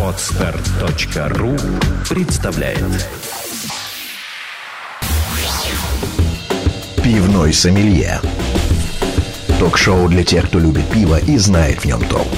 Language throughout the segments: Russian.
Podster.ru представляет Пивной сомелье. Ток-шоу для тех, кто любит пиво и знает в нем толк.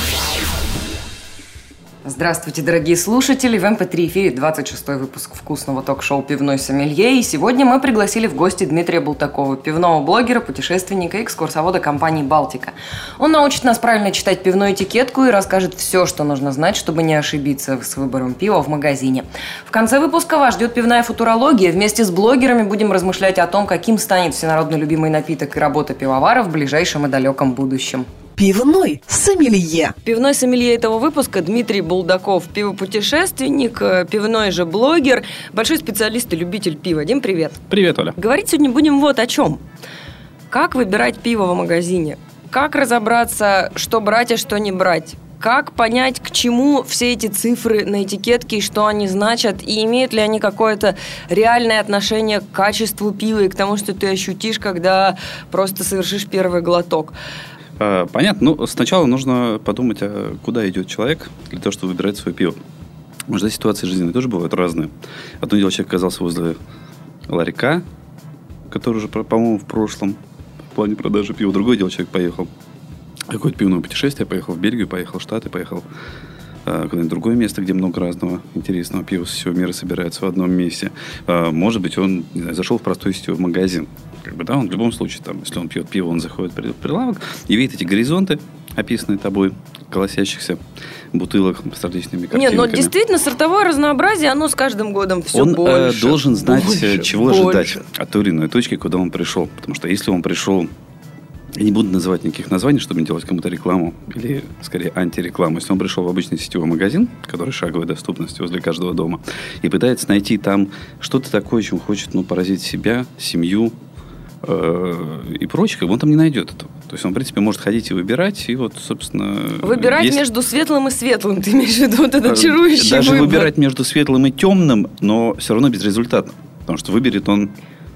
Здравствуйте, дорогие слушатели! В МП3 эфире 26-й выпуск вкусного ток-шоу «Пивной сомелье». И сегодня мы пригласили в гости Дмитрия Бултакова, пивного блогера, путешественника и экскурсовода компании «Балтика». Он научит нас правильно читать пивную этикетку и расскажет все, что нужно знать, чтобы не ошибиться с выбором пива в магазине. В конце выпуска вас ждет пивная футурология. Вместе с блогерами будем размышлять о том, каким станет всенародно любимый напиток и работа пивовара в ближайшем и далеком будущем. Пивной сомелье. Пивной сомелье этого выпуска Дмитрий Булдаков, пивопутешественник, пивной же блогер, большой специалист и любитель пива. Дим, привет. Привет, Оля. Говорить сегодня будем вот о чем. Как выбирать пиво в магазине? Как разобраться, что брать, а что не брать? Как понять, к чему все эти цифры на этикетке и что они значат, и имеют ли они какое-то реальное отношение к качеству пива и к тому, что ты ощутишь, когда просто совершишь первый глоток? Понятно. Ну, сначала нужно подумать, куда идет человек для того, чтобы выбирать свое пиво. Может, да, ситуации жизненные тоже бывают разные. Одно дело, человек оказался возле ларька, который уже, по-моему, в прошлом в плане продажи пива. Другое дело, человек поехал в какое-то пивное путешествие, поехал в Бельгию, поехал в Штаты, поехал куда-нибудь в другое место, где много разного интересного пива со всего мира собирается в одном месте. Может быть, он, не знаю, зашел в простой сетевой магазин. Да, он в любом случае, там, если он пьет пиво, он заходит в прилавок и видит эти горизонты, описанные тобой, колосящихся бутылок с различными картинками. Нет, но действительно сортовое разнообразие, оно с каждым годом все больше. Он должен знать, чего больше. ожидать от той или иной точки, куда он пришел. Потому что если он пришел... Я не буду называть никаких названий, чтобы не делать кому-то рекламу, или, скорее, антирекламу. Если он пришел в обычный сетевой магазин, который шаговой доступности возле каждого дома, и пытается найти там что-то такое, чем хочет поразить себя, семью и прочее, он там не найдет этого. То есть он, в принципе, может ходить и выбирать, и вот, собственно... Выбирать между светлым и светлым, ты имеешь в виду вот этот чарующий даже выбор? Выбирать между светлым и темным, но все равно безрезультатно. Потому что выберет он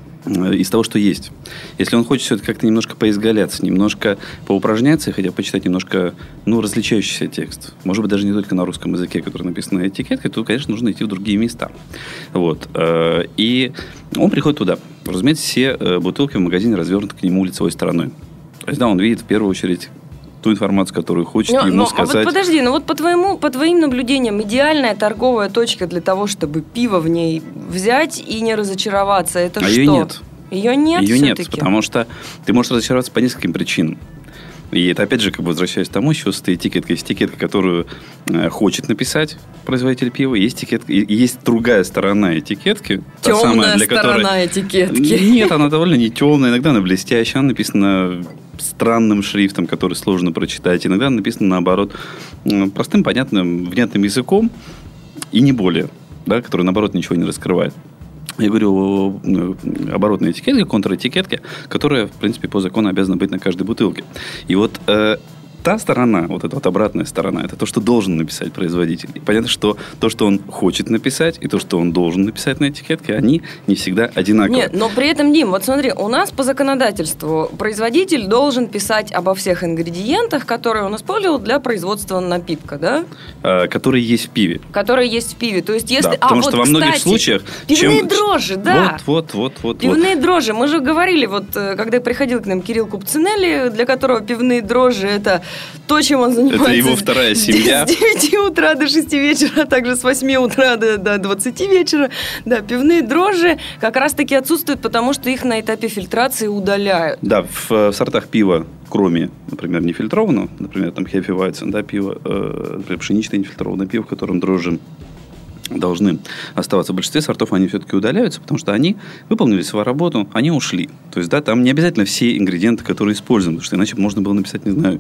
из того, что есть. Если он хочет все-таки как-то немножко поизгаляться, немножко поупражняться, хотя почитать немножко, различающийся текст, может быть, даже не только на русском языке, который написан на этикетке, то, конечно, нужно идти в другие места. Вот. И он приходит туда. Разумеется, все бутылки в магазине развернуты к нему лицевой стороной. То есть, да, он видит в первую очередь ту информацию, которую хочет ему сказать. А вот подожди, по твоим наблюдениям, идеальная торговая точка для того, чтобы пиво в ней взять и не разочароваться, это что? Ее нет. Ее нет Ее все-таки? нет, потому что ты можешь разочароваться по нескольким причинам. И это, опять же, возвращаясь к тому, еще с этой этикеткой. Есть этикетка, которую хочет написать производитель пива. Есть этикетка, и есть другая сторона этикетки. Темная сторона этикетки. Нет, она довольно не темная. Иногда она блестящая. Она написана странным шрифтом, который сложно прочитать. Иногда она написана, наоборот, простым, понятным, внятным языком. И не более. Да, который, наоборот, ничего не раскрывает. Я говорю о оборотной этикетке, контр-этикетке, которая, в принципе, по закону обязана быть на каждой бутылке. И вот та сторона, вот эта вот обратная сторона, это то, что должен написать производитель. И понятно, что то, что он хочет написать, и то, что он должен написать на этикетке, они не всегда одинаковы. Нет, но при этом, Дим, вот смотри, у нас по законодательству производитель должен писать обо всех ингредиентах, которые он использовал для производства напитка, да? Которые есть в пиве. Которые есть в пиве. То есть, если... Да, потому что во многих случаях... Пивные дрожжи, да. Вот. Пивные дрожжи. Мы же говорили, вот, когда приходил к нам Кирилл Купцинелли, для которого пивные дрожжи – это то, чем он занимается. Это его вторая семья. С 9 утра до 6 вечера, а также с 8 утра до 20 вечера. Да, пивные дрожжи как раз-таки отсутствуют, потому что их на этапе фильтрации удаляют. Да, в сортах пива, кроме, например, нефильтрованного, например, там Hefeweizen, да, пиво, например, пшеничное нефильтрованное пиво, в котором дрожжи должны оставаться в большинстве сортов, они все-таки удаляются, потому что они выполнили свою работу, они ушли. То есть, да, там не обязательно все ингредиенты, которые используем, потому что иначе можно было написать, не знаю,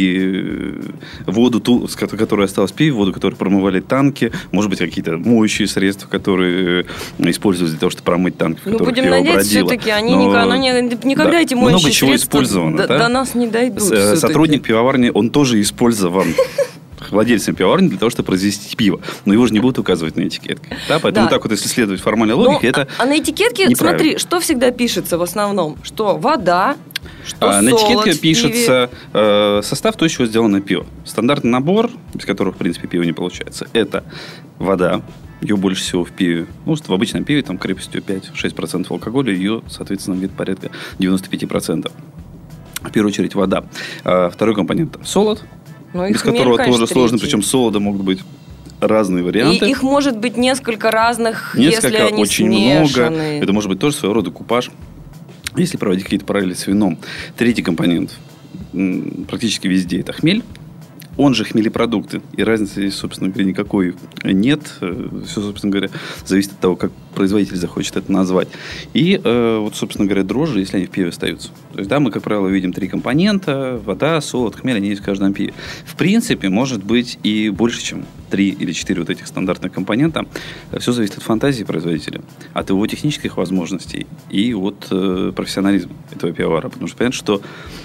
и воду, ту, которая осталась в пиве, воду, которую промывали танки, может быть, какие-то моющие средства, которые используются для того, чтобы промыть танки, в которых пиво бродило. Будем надеяться, все-таки они никогда да, эти моющие много чего средства использовано, до нас не дойдут. Сотрудник пивоварни, он тоже использован владельцем пивоварни для того, чтобы произвести пиво. Но его же не будут указывать на этикетке. Да? Поэтому так вот, если следовать формальной логике, это А на этикетке, смотри, что всегда пишется в основном? Что вода, На этикетке пишется состав, то, из чего сделано пиво. Стандартный набор, без которого, в принципе, пиво не получается. Это вода. Ее больше всего в пиве. Ну, в обычном пиве там крепостью 5-6% алкоголя. Ее, соответственно, где-то порядка 95%. В первую очередь вода. Второй компонент – солод. Без которого тоже сложно. Причем солода могут быть разные варианты. И их может быть несколько разных, если они очень смешаны. много. Это может быть тоже своего рода купаж, если проводить какие-то параллели с вином. Третий компонент практически везде – это хмель. Он же хмелепродукты. И разницы здесь, собственно говоря, никакой нет. Все, собственно говоря, зависит от того, как производитель захочет это назвать. И, вот, собственно говоря, дрожжи, если они в пиве остаются. То есть, да, мы, как правило, видим 3 компонента. Вода, солод, хмель, они есть в каждом пиве. В принципе, может быть и больше, чем 3 или 4 вот этих стандартных компонента. Все зависит от фантазии производителя, от его технических возможностей и от профессионализма этого пивовара. Потому что понятно, что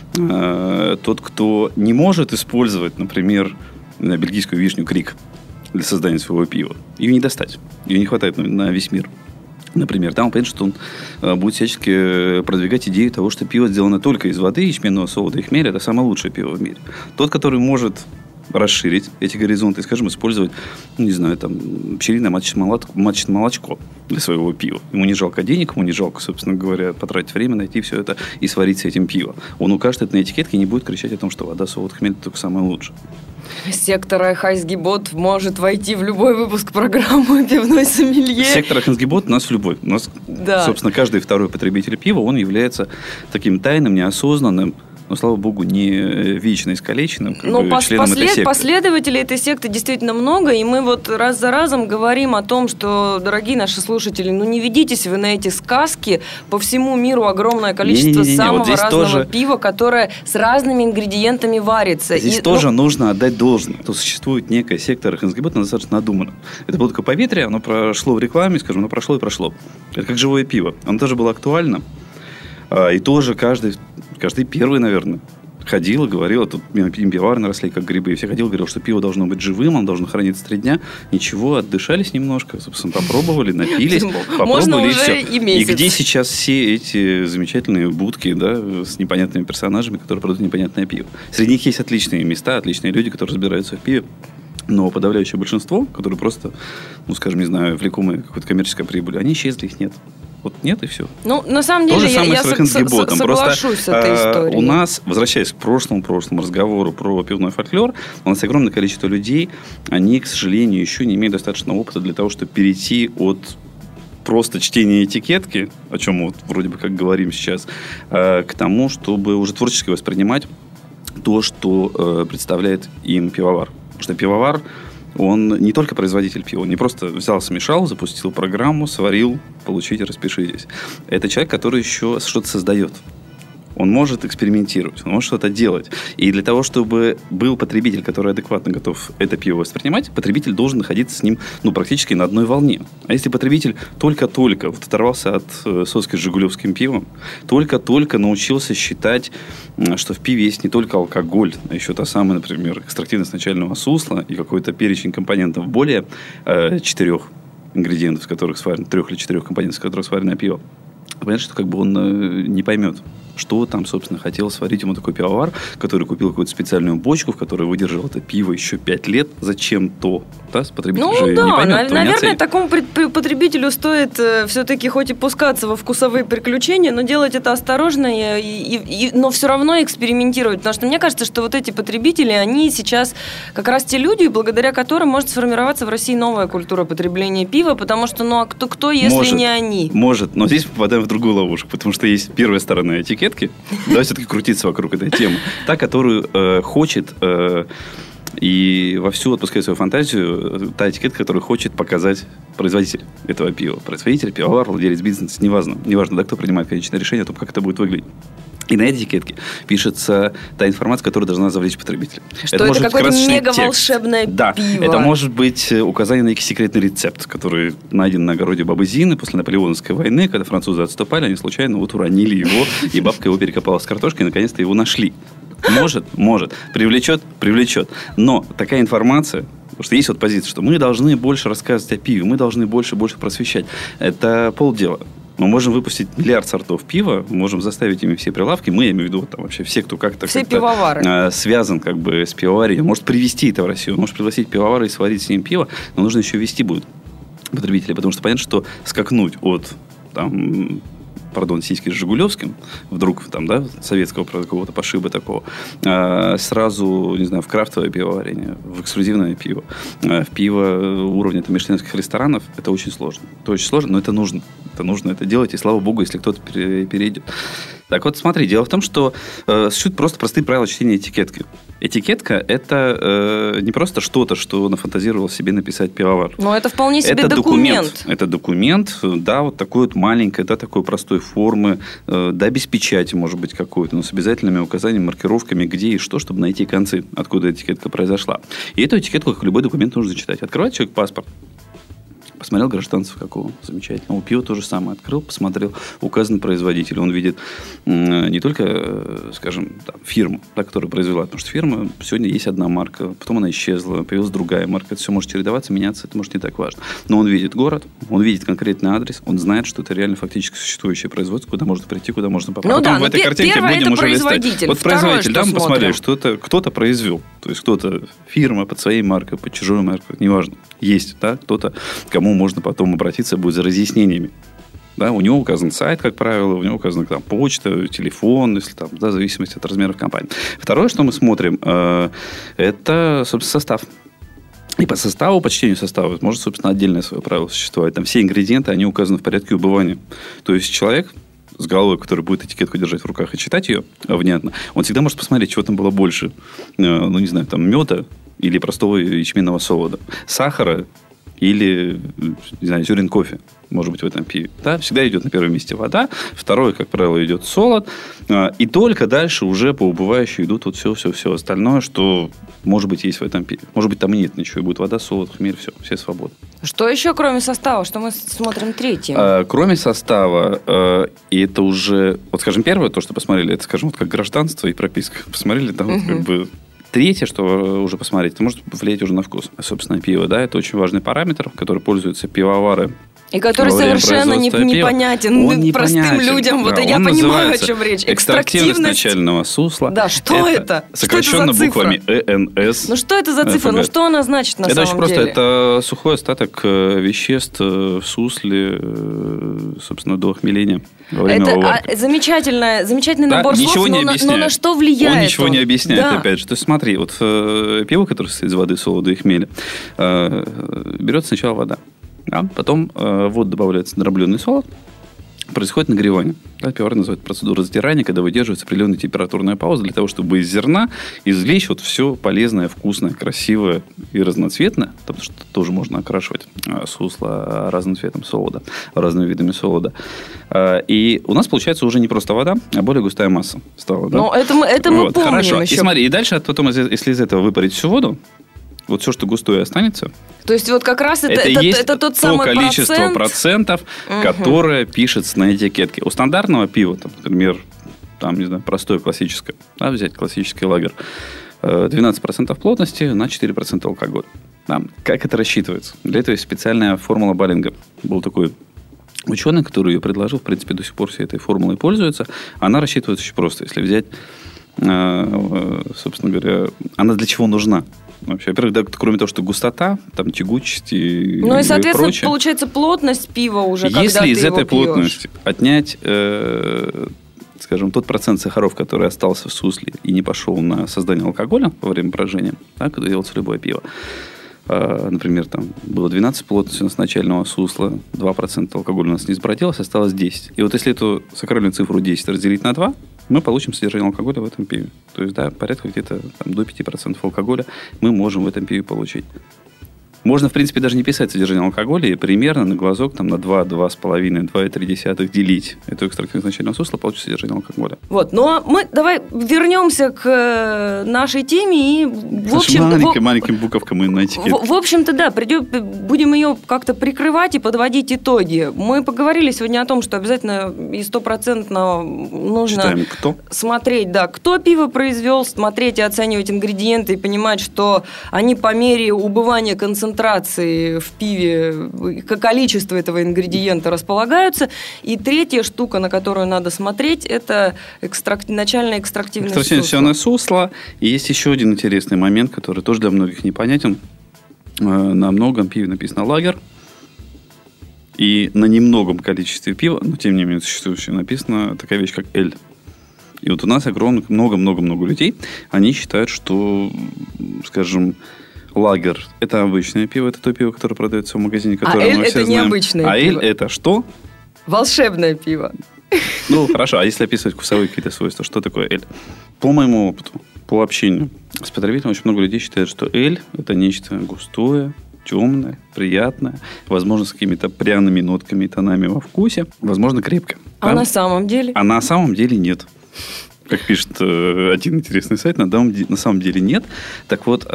тот, кто не может использовать, например, бельгийскую вишню Крик для создания своего пива, ее не достать. Ее не хватает на весь мир. Например, там понятно, что он будет всячески продвигать идею того, что пиво сделано только из воды, ячменного солода и хмеля. Это самое лучшее пиво в мире. Тот, который может расширить эти горизонты и, скажем, использовать, не знаю, там, пчелиное маточное молочко для своего пива. Ему не жалко денег, ему не жалко, собственно говоря, потратить время, найти все это и сварить с этим пиво. Он укажет это на этикетке и не будет кричать о том, что вода, солод, хмель только самое лучшее. Сектор Хайсгибот может войти в любой выпуск программы «Пивной сомелье». Сектор Хайсгибот у нас в любой. У нас, собственно, каждый второй потребитель пива, он является таким тайным, неосознанным, но, слава богу, не вечно искалеченным членом этой секты. Последователей этой секты действительно много, и мы вот раз за разом говорим о том, что, дорогие наши слушатели, не ведитесь вы на эти сказки. По всему миру огромное количество самого разного тоже пива, которое с разными ингредиентами варится. Здесь тоже нужно отдать должное. То существует некая секта Хайсгибот, она достаточно надумана. Это было такое поветрие, оно прошло в рекламе, скажем, оно прошло и прошло. Это как живое пиво. Оно тоже было актуально. И тоже каждый первый, наверное, ходил и говорил, тут пивовары росли как грибы, и все ходил и говорил, что пиво должно быть живым, оно должно храниться 3 дня. Ничего, отдышались немножко, собственно, попробовали, напились, попробовали, и все. И где сейчас все эти замечательные будки, да, с непонятными персонажами, которые продают непонятное пиво? Среди них есть отличные места, отличные люди, которые разбираются в пиве. Но подавляющее большинство, которые просто, скажем, не знаю, влекомые какой-то коммерческой прибылью, они исчезли, их нет. Вот нет, и все. На самом деле, я соглашусь с этой историей. У нас, возвращаясь к прошлому разговору про пивной фольклор, у нас огромное количество людей, они, к сожалению, еще не имеют достаточного опыта для того, чтобы перейти от просто чтения этикетки, о чем мы вот вроде бы как говорим сейчас, к тому, чтобы уже творчески воспринимать то, что представляет им пивовар. Потому что пивовар, он не только производитель пива, он не просто взял, смешал, запустил программу, сварил, получите, распишитесь. Это человек, который еще что-то создает. Он может экспериментировать, он может что-то делать. И для того, чтобы был потребитель, который адекватно готов это пиво воспринимать, потребитель должен находиться с ним практически на одной волне. А если потребитель только-только оторвался от соски с жигулевским пивом, только-только научился считать, что в пиве есть не только алкоголь, а еще та самая, например, экстрактивность начального сусла и какой-то перечень компонентов более 4 ингредиентов, из которых сварено, 3 или 4 компонентов, из которых сварено пиво, понятно, что он не поймет, что там, собственно, хотел сварить ему такой пивовар, который купил какую-то специальную бочку, в которой выдержал это пиво еще 5 лет. Зачем-то? Да, потребитель же не поймет. Наверное, такому потребителю стоит все-таки хоть и пускаться во вкусовые приключения, но делать это осторожно, но все равно экспериментировать. Потому что мне кажется, что вот эти потребители, они сейчас как раз те люди, благодаря которым может сформироваться в России новая культура потребления пива, потому что, кто если не они? Может, но здесь попадаем в другую ловушку, потому что есть первая сторона этикетки. Давай все-таки крутиться вокруг этой темы. Та, которую хочет и вовсю отпускает свою фантазию, та этикетка, которую хочет показать производитель этого пива. Производитель, пивовар, владелец бизнеса, неважно, да, кто принимает конечное решение о том, как это будет выглядеть. И на этой этикетке пишется та информация, которая должна завлечь потребителя. Что это какое-то мега-волшебное пиво. Да, это может быть указание на некий секретный рецепт, который найден на огороде бабы Зины после Наполеоновской войны, когда французы отступали, они случайно уронили его, и бабка его перекопала с картошкой, и наконец-то его нашли. Может. Привлечет. Но такая информация, потому что есть позиция, что мы должны больше рассказывать о пиве, мы должны больше просвещать. Это полдела. Мы можем выпустить миллиард сортов пива, мы можем заставить ими все прилавки, мы, я имею в виду, там вообще все, кто как-то пивовары. Связан как бы с пивоварением, может привезти это в Россию, может пригласить пивовара и сварить с ним пиво, но нужно еще вести будет потребителей, потому что понятно, что скакнуть от там, сиськи с Жигулевским, вдруг там, да, советского какого-то пошиба такого, сразу, не знаю, в крафтовое пивоварение, в эксклюзивное пиво, в пиво уровня там, мишленовских ресторанов, это очень сложно. Это очень сложно, но это нужно. Это нужно это делать, и слава богу, если кто-то перейдет. Так вот, смотри, дело в том, что существуют просто простые правила чтения этикетки. Этикетка – это не просто что-то, что нафантазировал себе написать пивовар. Но это вполне себе документ. Это документ, да, вот такой вот маленькой, да, такой простой формы, да, без печати, может быть, какой-то, но с обязательными указаниями, маркировками, где и что, чтобы найти концы, откуда этикетка произошла. И эту этикетку, как любой документ, нужно читать. Открывает человек паспорт. Посмотрел гражданцев какого замечательного. Пиво то же самое. Открыл, посмотрел, указан производитель. Он видит не только, скажем, там, фирму, да, которая произвела. Потому что фирма, сегодня есть одна марка, потом она исчезла, появилась другая марка. Это все может чередоваться, меняться, это может не так важно. Но он видит город, он видит конкретный адрес, он знает, что это реально фактически существующее производство, куда можно прийти, куда можно попасть. Ну, потом да, в этой картинке будем уже листать. Вот производитель, да, мы посмотрели, что это кто-то произвел. То есть кто-то, фирма под своей маркой, под чужой маркой, неважно. Есть, да, кто-то, кому можно потом обратиться будет за разъяснениями. Да, у него указан сайт, как правило, у него указана там, почта, телефон, если там, да, в зависимости от размеров компании. Второе, что мы смотрим, это, собственно, состав. И по составу, по чтению состава, может, собственно, отдельное свое правило существовать. Там все ингредиенты, они указаны в порядке убывания. То есть человек с головой, который будет этикетку держать в руках и читать ее внятно, он всегда может посмотреть, чего там было больше. Ну, не знаю, там, меда или простого ячменного солода, сахара или, не знаю, зерен кофе, может быть, в этом пиве. Да? Всегда идет на первом месте вода, второе, как правило, идет солод, и только дальше уже по убывающей идут вот все остальное, что, может быть, есть в этом пиве. Может быть, там и нет ничего, и будет вода, солод, хмель, все свободны. Что еще, кроме состава? Что мы смотрим третье? Кроме состава, и это уже, вот, скажем, первое, то, что посмотрели, это, скажем, вот как гражданство и прописка. Посмотрели, там, вот, как бы... Третье, что уже посмотреть, это может влиять уже на вкус, собственно, пиво. Да? Это очень важный параметр, который пользуются пивовары. И который совершенно непонятен простым людям. Да, вот я понимаю, о чем речь. Экстрактивность начального сусла. Да, что это? Сокращенно буквами ЭНС. Ну, что это за цифра? Ну, что она значит на самом деле? Это очень просто. Это сухой остаток веществ в сусле, собственно, до хмеления. Это замечательный набор слов, но на что влияет? Он ничего не объясняет, опять же. То есть, смотри, вот пиво, которое состоит из воды, солода и хмеля, берется сначала вода. Да? Потом в воду добавляется дробленый солод, происходит нагревание. Да, пивовар называет процедуру затирания, когда выдерживается определенная температурная пауза для того, чтобы из зерна извлечь вот все полезное, вкусное, красивое и разноцветное, потому что тоже можно окрашивать сусло разным цветом солода, разными видами солода. И у нас получается уже не просто вода, а более густая масса стала. Да? Но это мы помним. Хорошо. Еще. И смотри, и дальше потом, если из этого выпарить всю воду, вот все, что густое останется. То есть, вот как раз это тот самый количество процентов, которое пишется на этикетке. У стандартного пива, там, например, там, не знаю, простое классическое, да, взять классический лагер, 12% плотности на 4% алкоголя. Да. Как это рассчитывается? Для этого есть специальная формула Баллинга. Был такой ученый, который ее предложил, в принципе, до сих пор всей этой формулой пользуется. Она рассчитывается очень просто. Если взять, собственно говоря, она для чего нужна? Вообще, во-первых, да, кроме того, что густота, там, тягучесть и ну и, соответственно, прочее. Получается плотность пива уже, когда если ты из его этой пьешь. плотности отнять, скажем, тот процент сахаров, который остался в сусле и не пошел на создание алкоголя во время брожения, да, когда делается любое пиво, например, там было 12 плотности у нас начального сусла, 2% алкоголя у нас не сбродилось, осталось 10. И вот если эту сакральную цифру 10 разделить на 2, мы получим содержание алкоголя в этом пиве. То есть, да, порядка где-то там, до 5% алкоголя мы можем в этом пиве получить. Можно, в принципе, даже не писать содержание алкоголя и примерно на глазок там, на 2, 2,5, 2,3 делить эту экстрактивность начального сусла, получится содержание алкоголя. Вот, но мы давай вернемся к нашей теме и в общем... Маленьким буковкам и на этикетке. В общем-то, да, будем ее как-то прикрывать и подводить итоги. Мы поговорили сегодня о том, что обязательно и 100% нужно читаем, кто? Смотреть, да, кто пиво произвел, смотреть и оценивать ингредиенты и понимать, что они по мере убывания концентрации концентрации в пиве, количество этого ингредиента располагаются. И третья штука, на которую надо смотреть, это начальное экстрактивное сусло. Экстрактивное сусло. И есть еще один интересный момент, который тоже для многих непонятен. На многом пиве написано лагер. И на немногом количестве пива, но тем не менее существующее, написано такая вещь, как эль. И вот у нас много-много-много людей, они считают, что, скажем, лагер – это обычное пиво, это то пиво, которое продается в магазине, которое мы все знаем. А эль – это необычное пиво. А эль – это что? Волшебное пиво. Ну, хорошо. А если описывать вкусовые какие-то свойства, что такое эль? По моему опыту, по общению с потребителем, очень много людей считают, что эль – это нечто густое, темное, приятное, возможно, с какими-то пряными нотками и тонами во вкусе, возможно, крепкое. А на самом деле? А на самом деле нет. Как пишет один интересный сайт, на самом деле нет. Так вот,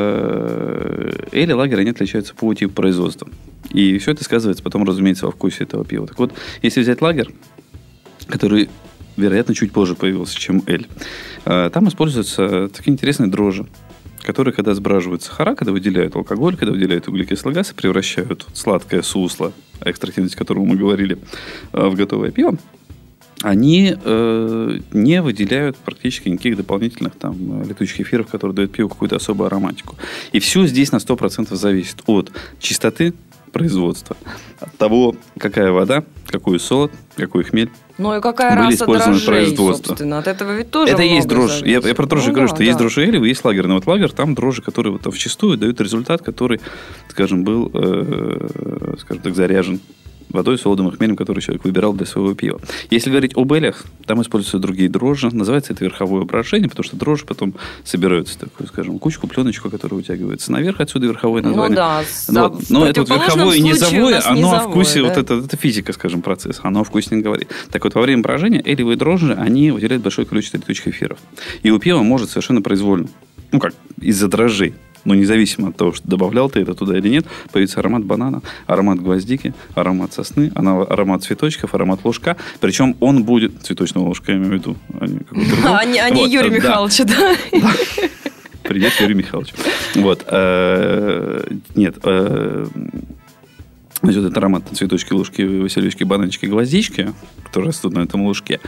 эль и лагерь, они отличаются по типу производства. И все это сказывается потом, разумеется, во вкусе этого пива. Так вот, если взять лагерь, который, вероятно, чуть позже появился, чем эль, там используются такие интересные дрожжи, которые, когда сбраживают сахара, когда выделяют алкоголь, когда выделяют углекислый газ и превращают сладкое сусло, о экстративности которого мы говорили, в готовое пиво, они не выделяют практически никаких дополнительных там летучих эфиров, которые дают пиву какую-то особую ароматику. И все здесь на 100% зависит от чистоты производства, от того, какая вода, какой солод, какой хмель. Ну и какая раса дрожжей, собственно. От этого ведь тоже это много есть дрожжи. зависит. Я про дрожжи говорю, что есть дрожжи элевые, есть лагерный. Вот лагерь, там дрожжи, которые вот вчистую дают результат, который, скажем, был, скажем так, заряжен водой, солодом и хмелем, который человек выбирал для своего пива. Если говорить об элях, там используются другие дрожжи. Называется это верховое брожение, потому что дрожжи потом собираются в такую, скажем, кучку, пленочку, которая вытягивается наверх, отсюда верховое название. Ну да. Но это вот верховое и низовое, оно о вкусе, да? Вот это физика, скажем, процесса, оно о вкусе не говорит. Так вот, во время брожения элевые дрожжи, они выделяют большое количество летучих эфиров. И у пива может совершенно произвольно, ну как, из-за дрожжей, но независимо от того, что добавлял ты это туда или нет, появится аромат банана, аромат гвоздики, аромат сосны, аромат цветочков, аромат ложка. Причем он будет... Цветочного ложка, я имею в виду. А не Юрия Михайловича, да? Привет, Юрий Михайлович. Вот. Нет. Значит, это аромат цветочки, ложки, васильевички, бананчики, гвоздички, которые растут на этом ложке.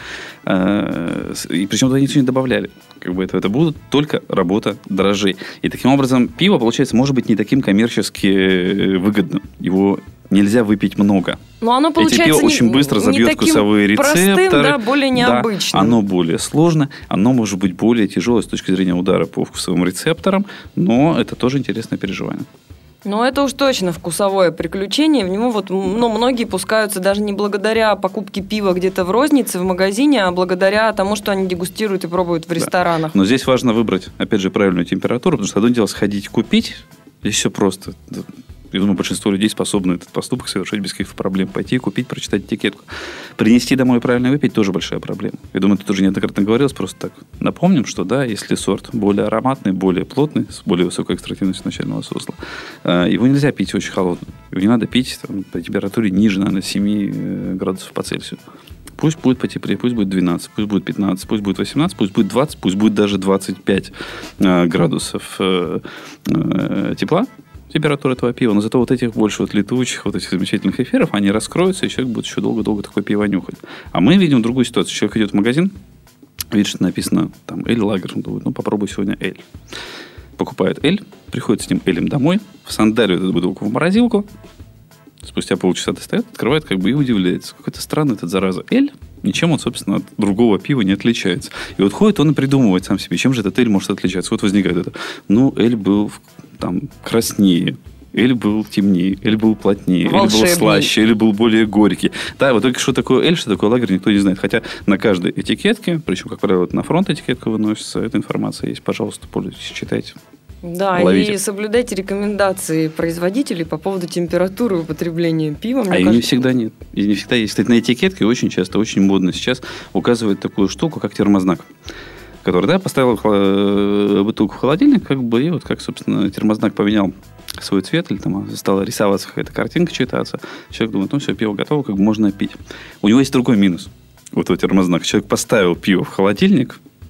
И причем туда ничего не добавляли. Как бы это будут только работа дрожжей. И таким образом пиво, получается, может быть не таким коммерчески выгодным. Его нельзя выпить много. Но оно, получается, пиво очень быстро забьет вкусовые рецепторы. Простым, да, более необычным. Да, оно более сложно, оно может быть более тяжелое с точки зрения удара по вкусовым рецепторам, но это тоже интересное переживание. Ну, это уж точно вкусовое приключение. В него вот, многие пускаются даже не благодаря покупке пива где-то в рознице, в магазине, а благодаря тому, что они дегустируют и пробуют в ресторанах. Но здесь важно выбрать, опять же, правильную температуру, потому что одно дело сходить купить, здесь все просто. Я думаю, большинство людей способны этот поступок совершить без каких-то проблем. Пойти, купить, прочитать этикетку. Принести домой и правильно выпить тоже большая проблема. Я думаю, это уже неоднократно говорилось, просто так напомним, что да, если сорт более ароматный, более плотный, с более высокой экстративностью начального сусла, его нельзя пить очень холодным. Его не надо пить там, по температуре ниже, наверное, 7 градусов по Цельсию. Пусть будет потеплее, пусть будет 12, пусть будет 15, пусть будет 18, пусть будет 20, пусть будет даже 25 градусов тепла. Температура этого пива, но зато вот этих больше вот летучих, вот этих замечательных эфиров, они раскроются, и человек будет еще долго-долго такое пиво нюхать. А мы видим другую ситуацию. Человек идет в магазин, видит, что написано там эль, лагерь, он думает, попробуй сегодня эль. Покупает эль, приходит с ним элем домой, всандаливает эту бутылку в морозилку, спустя полчаса достает, открывает и удивляется. Какой-то странный этот, зараза, эль. Ничем он, собственно, от другого пива не отличается. И вот ходит он и придумывает сам себе, чем же этот эль может отличаться. Вот возникает это. Эль был там краснее, эль был темнее, эль был плотнее, волшебный. Эль был слаще, эль был более горький. Да, вот только что такое эль, что такое лагерь, никто не знает. Хотя на каждой этикетке, причем, как правило, на фронт этикетка выносится, эта информация есть. Пожалуйста, пользуйтесь, читайте. Да, ловите. И соблюдайте рекомендации производителей по поводу температуры употребления пива. Мне кажется, не всегда нет. И не всегда есть. Кстати, на этикетке очень часто, очень модно сейчас указывают такую штуку, как термознак, который, поставил бутылку в холодильник, и вот как, собственно, термознак поменял свой цвет, или там стала рисоваться какая-то картинка, читаться. Человек думает, все, пиво готово, можно пить. У него есть другой минус. Вот этот термознак. Человек поставил пиво в холодильник,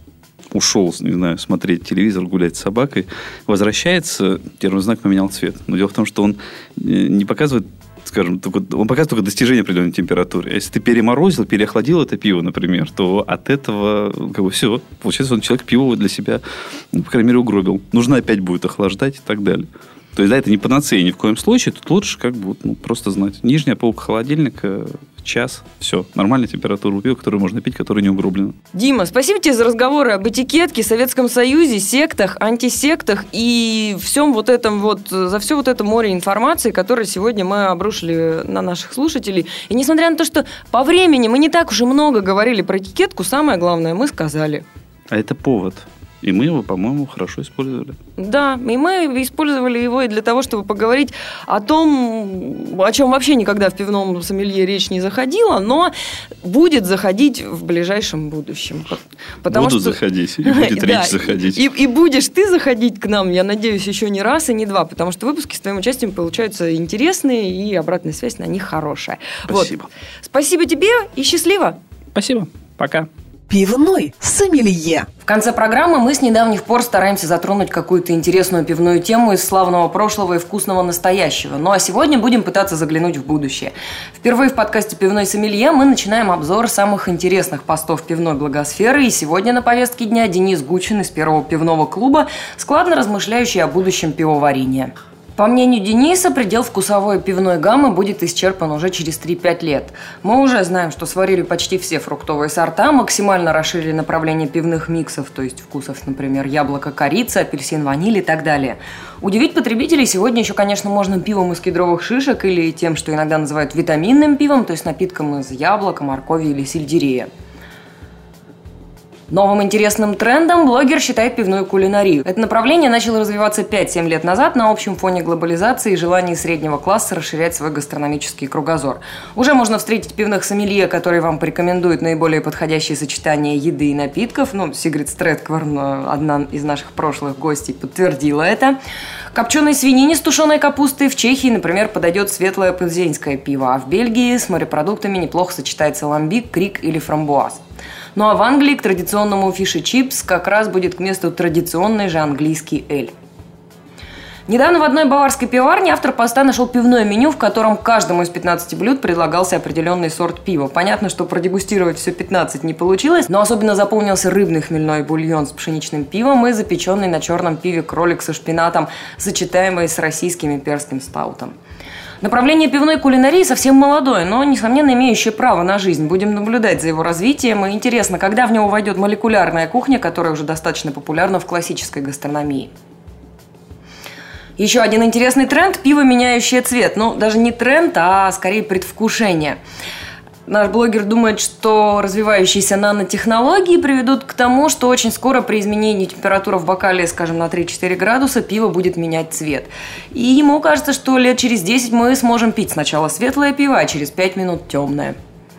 ушел, не знаю, смотреть телевизор, гулять с собакой, возвращается, первый знак поменял цвет. Но дело в том, что он не показывает, скажем, он показывает только достижение определенной температуры. Если ты переморозил, переохладил это пиво, например, то от этого все. Получается, он человек пиво для себя, по крайней мере, угробил. Нужно опять будет охлаждать и так далее. То есть, да, это не панацея ни в коем случае. Тут лучше просто знать. Нижняя полка холодильника, час, все. Нормальная температура пива, которую можно пить, которая не угроблена. Дима, спасибо тебе за разговоры об этикетке, Советском Союзе, сектах, антисектах и всем вот этом за все вот это море информации, которое сегодня мы обрушили на наших слушателей. И несмотря на то, что по времени мы не так уж и много говорили про этикетку, самое главное мы сказали. А это повод. И мы его, по-моему, хорошо использовали. Да, и мы использовали его и для того, чтобы поговорить о том, о чем вообще никогда в пивном сомелье речь не заходила, но будет заходить в ближайшем будущем. Буду заходить, и будет речь заходить. И будешь ты заходить к нам, я надеюсь, еще не раз и не два, потому что выпуски с твоим участием получаются интересные, и обратная связь на них хорошая. Спасибо. Спасибо тебе и счастливо. Спасибо. Пока. Пивной сомелье. В конце программы мы с недавних пор стараемся затронуть какую-то интересную пивную тему из славного прошлого и вкусного настоящего. Ну а сегодня будем пытаться заглянуть в будущее. Впервые в подкасте «Пивной сомелье» мы начинаем обзор самых интересных постов пивной благосферы. И сегодня на повестке дня Денис Гучин из Первого пивного клуба, складно размышляющий о будущем пивоварения. По мнению Дениса, предел вкусовой пивной гаммы будет исчерпан уже через 3-5 лет. Мы уже знаем, что сварили почти все фруктовые сорта, максимально расширили направление пивных миксов, то есть вкусов, например, яблоко, корица, апельсин, ваниль и так далее. Удивить потребителей сегодня еще, конечно, можно пивом из кедровых шишек или тем, что иногда называют витаминным пивом, то есть напитком из яблока, моркови или сельдерея. Новым интересным трендом блогер считает пивную кулинарию. Это направление начало развиваться 5-7 лет назад на общем фоне глобализации и желания среднего класса расширять свой гастрономический кругозор. Уже можно встретить пивных сомелье, которые вам порекомендуют наиболее подходящие сочетания еды и напитков. Сигрид Стрэдкварн, одна из наших прошлых гостей, подтвердила это. Копченой свинине с тушеной капустой в Чехии, например, подойдет светлое пилзенское пиво, а в Бельгии с морепродуктами неплохо сочетается ламбик, крик или фрамбуаз. Ну а в Англии к традиционному фиш-и-чипс как раз будет к месту традиционный же английский эль. Недавно в одной баварской пивоварне автор поста нашел пивное меню, в котором каждому из 15 блюд предлагался определенный сорт пива. Понятно, что продегустировать все 15 не получилось, но особенно запомнился рыбный хмельной бульон с пшеничным пивом и запеченный на черном пиве кролик со шпинатом, сочетаемый с российским имперским стаутом. Направление пивной кулинарии совсем молодое, но, несомненно, имеющее право на жизнь. Будем наблюдать за его развитием. И интересно, когда в него войдет молекулярная кухня, которая уже достаточно популярна в классической гастрономии. Еще один интересный тренд – пиво, меняющее цвет. Даже не тренд, а скорее предвкушение. Наш блогер думает, что развивающиеся нанотехнологии приведут к тому, что очень скоро при изменении температуры в бокале, скажем, на 3-4 градуса, пиво будет менять цвет. И ему кажется, что лет через 10 мы сможем пить сначала светлое пиво, а через 5 минут темное.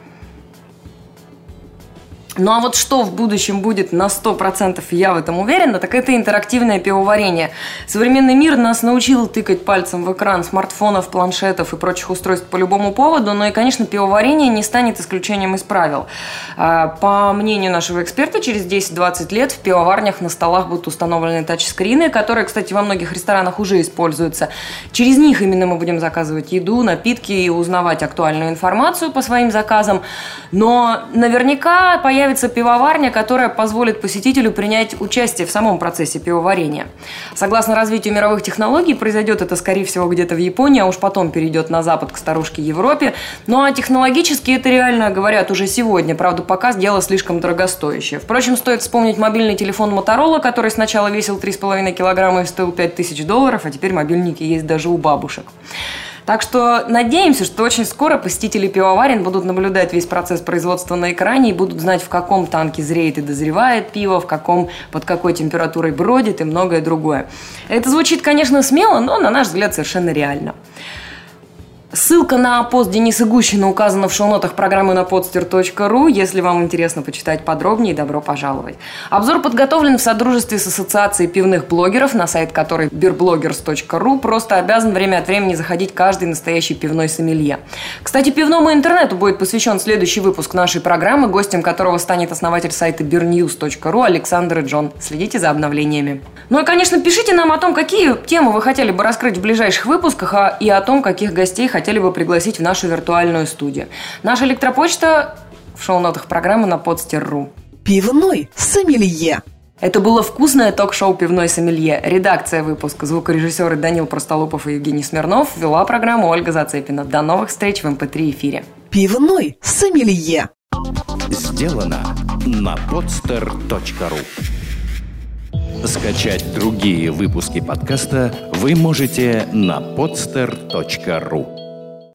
Ну а вот что в будущем будет на 100%, я в этом уверена, так это интерактивное пивоварение. Современный мир нас научил тыкать пальцем в экран смартфонов, планшетов и прочих устройств по любому поводу, но и, конечно, пивоварение не станет исключением из правил. По мнению нашего эксперта, через 10-20 лет в пивоварнях на столах будут установлены тачскрины, которые, кстати, во многих ресторанах уже используются. Через них именно мы будем заказывать еду, напитки и узнавать актуальную информацию по своим заказам. Но наверняка появится пивоварня, которая позволит посетителю принять участие в самом процессе пивоварения. Согласно развитию мировых технологий, произойдет это, скорее всего, где-то в Японии, а уж потом перейдет на запад к старушке Европе. Ну а технологически это реально говорят уже сегодня. Правда, пока дело слишком дорогостоящее. Впрочем, стоит вспомнить мобильный телефон Motorola, который сначала весил 3,5 килограмма и стоил $5000, а теперь мобильники есть даже у бабушек. Так что надеемся, что очень скоро посетители пивоварен будут наблюдать весь процесс производства на экране и будут знать, в каком танке зреет и дозревает пиво, под какой температурой бродит и многое другое. Это звучит, конечно, смело, но, на наш взгляд, совершенно реально. Ссылка на пост Дениса Гущина указана в шоу-нотах программы на podster.ru. Если вам интересно почитать подробнее, добро пожаловать. Обзор подготовлен в содружестве с Ассоциацией пивных блогеров, на сайт которой beerbloggers.ru просто обязан время от времени заходить каждый настоящий пивной сомелье. Кстати, пивному интернету будет посвящен следующий выпуск нашей программы, гостем которого станет основатель сайта beernews.ru Александр Джон. Следите за обновлениями. Ну и, конечно, пишите нам о том, какие темы вы хотели бы раскрыть в ближайших выпусках, и о том, каких гостей хотели бы пригласить в нашу виртуальную студию. Наша электропочта в шоу-нотах программы на podster.ru. Пивной сомелье. Это было вкусное ток-шоу «Пивной сомелье». Редакция выпуска, звукорежиссеры Данил Простолупов и Евгений Смирнов, вела программу Ольга Зацепина. До новых встреч в МП3 эфире. Пивной сомелье. Сделано на podster.ru. Скачать другие выпуски подкаста вы можете на podster.ru.